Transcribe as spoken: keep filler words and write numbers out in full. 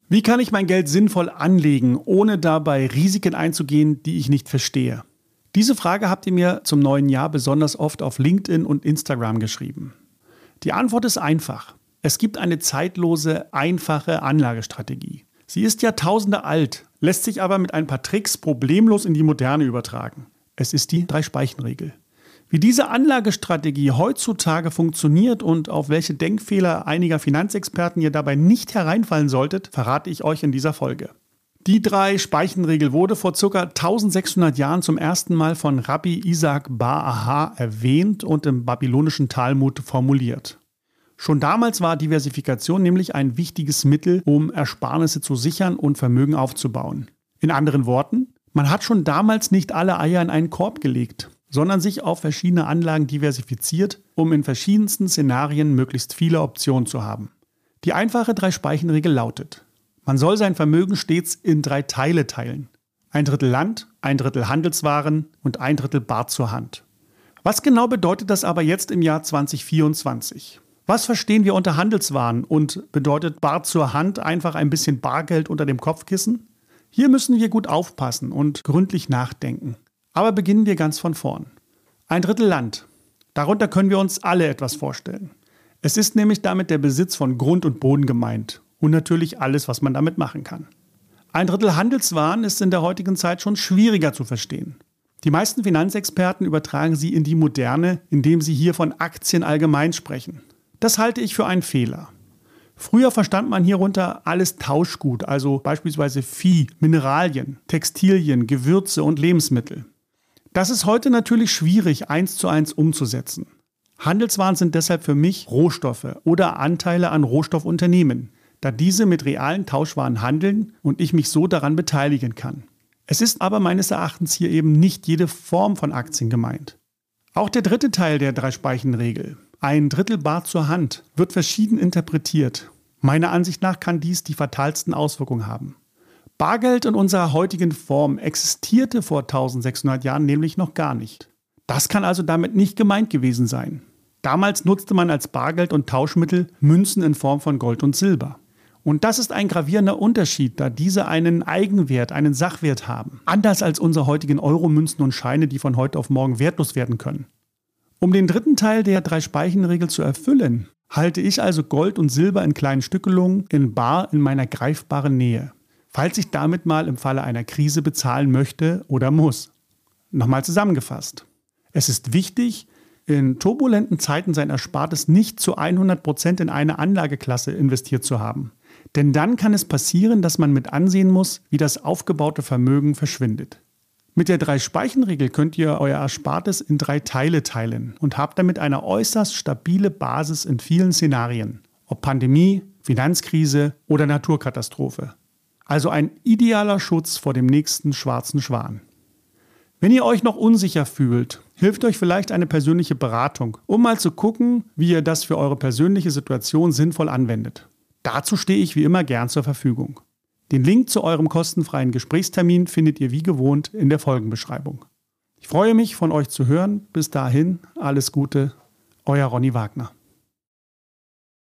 Wie kann ich mein Geld sinnvoll anlegen, ohne dabei Risiken einzugehen, die ich nicht verstehe? Diese Frage habt ihr mir zum neuen Jahr besonders oft auf LinkedIn und Instagram geschrieben. Die Antwort ist einfach. Es gibt eine zeitlose, einfache Anlagestrategie. Sie ist Jahrtausende alt, lässt sich aber mit ein paar Tricks problemlos in die Moderne übertragen. Es ist die Drei-Speichen-Regel. Wie diese Anlagestrategie heutzutage funktioniert und auf welche Denkfehler einiger Finanzexperten ihr dabei nicht hereinfallen solltet, verrate ich euch in dieser Folge. Die Drei-Speichen-Regel wurde vor ca. eintausendsechshundert Jahren zum ersten Mal von Rabbi Isaac bar Aha erwähnt und im babylonischen Talmud formuliert. Schon damals war Diversifikation nämlich ein wichtiges Mittel, um Ersparnisse zu sichern und Vermögen aufzubauen. In anderen Worten, man hat schon damals nicht alle Eier in einen Korb gelegt, sondern sich auf verschiedene Anlagen diversifiziert, um in verschiedensten Szenarien möglichst viele Optionen zu haben. Die einfache Drei-Speichen-Regel lautet: Man soll sein Vermögen stets in drei Teile teilen. Ein Drittel Land, ein Drittel Handelswaren und ein Drittel bar zur Hand. Was genau bedeutet das aber jetzt im Jahr zwanzig vierundzwanzig? Was verstehen wir unter Handelswaren und bedeutet bar zur Hand einfach ein bisschen Bargeld unter dem Kopfkissen? Hier müssen wir gut aufpassen und gründlich nachdenken. Aber beginnen wir ganz von vorn. Ein Drittel Land. Darunter können wir uns alle etwas vorstellen. Es ist nämlich damit der Besitz von Grund und Boden gemeint und natürlich alles, was man damit machen kann. Ein Drittel Handelswaren ist in der heutigen Zeit schon schwieriger zu verstehen. Die meisten Finanzexperten übertragen sie in die Moderne, indem sie hier von Aktien allgemein sprechen. Das halte ich für einen Fehler. Früher verstand man hierunter alles Tauschgut, also beispielsweise Vieh, Mineralien, Textilien, Gewürze und Lebensmittel. Das ist heute natürlich schwierig, eins zu eins umzusetzen. Handelswaren sind deshalb für mich Rohstoffe oder Anteile an Rohstoffunternehmen, da diese mit realen Tauschwaren handeln und ich mich so daran beteiligen kann. Es ist aber meines Erachtens hier eben nicht jede Form von Aktien gemeint. Auch der dritte Teil der Drei-Speichen-Regel, ein Drittel bar zur Hand, wird verschieden interpretiert. Meiner Ansicht nach kann dies die fatalsten Auswirkungen haben. Bargeld in unserer heutigen Form existierte vor eintausendsechshundert Jahren nämlich noch gar nicht. Das kann also damit nicht gemeint gewesen sein. Damals nutzte man als Bargeld und Tauschmittel Münzen in Form von Gold und Silber. Und das ist ein gravierender Unterschied, da diese einen Eigenwert, einen Sachwert haben. Anders als unsere heutigen Euro-Münzen und Scheine, die von heute auf morgen wertlos werden können. Um den dritten Teil der Drei-Speichen-Regel zu erfüllen, halte ich also Gold und Silber in kleinen Stückelungen in bar in meiner greifbaren Nähe, falls ich damit mal im Falle einer Krise bezahlen möchte oder muss. Nochmal zusammengefasst. Es ist wichtig, in turbulenten Zeiten sein Erspartes nicht zu hundert Prozent in eine Anlageklasse investiert zu haben. Denn dann kann es passieren, dass man mit ansehen muss, wie das aufgebaute Vermögen verschwindet. Mit der Drei-Speichen-Regel könnt ihr euer Erspartes in drei Teile teilen und habt damit eine äußerst stabile Basis in vielen Szenarien, ob Pandemie, Finanzkrise oder Naturkatastrophe. Also ein idealer Schutz vor dem nächsten schwarzen Schwan. Wenn ihr euch noch unsicher fühlt, hilft euch vielleicht eine persönliche Beratung, um mal zu gucken, wie ihr das für eure persönliche Situation sinnvoll anwendet. Dazu stehe ich wie immer gern zur Verfügung. Den Link zu eurem kostenfreien Gesprächstermin findet ihr wie gewohnt in der Folgenbeschreibung. Ich freue mich, von euch zu hören. Bis dahin, alles Gute, euer Ronny Wagner.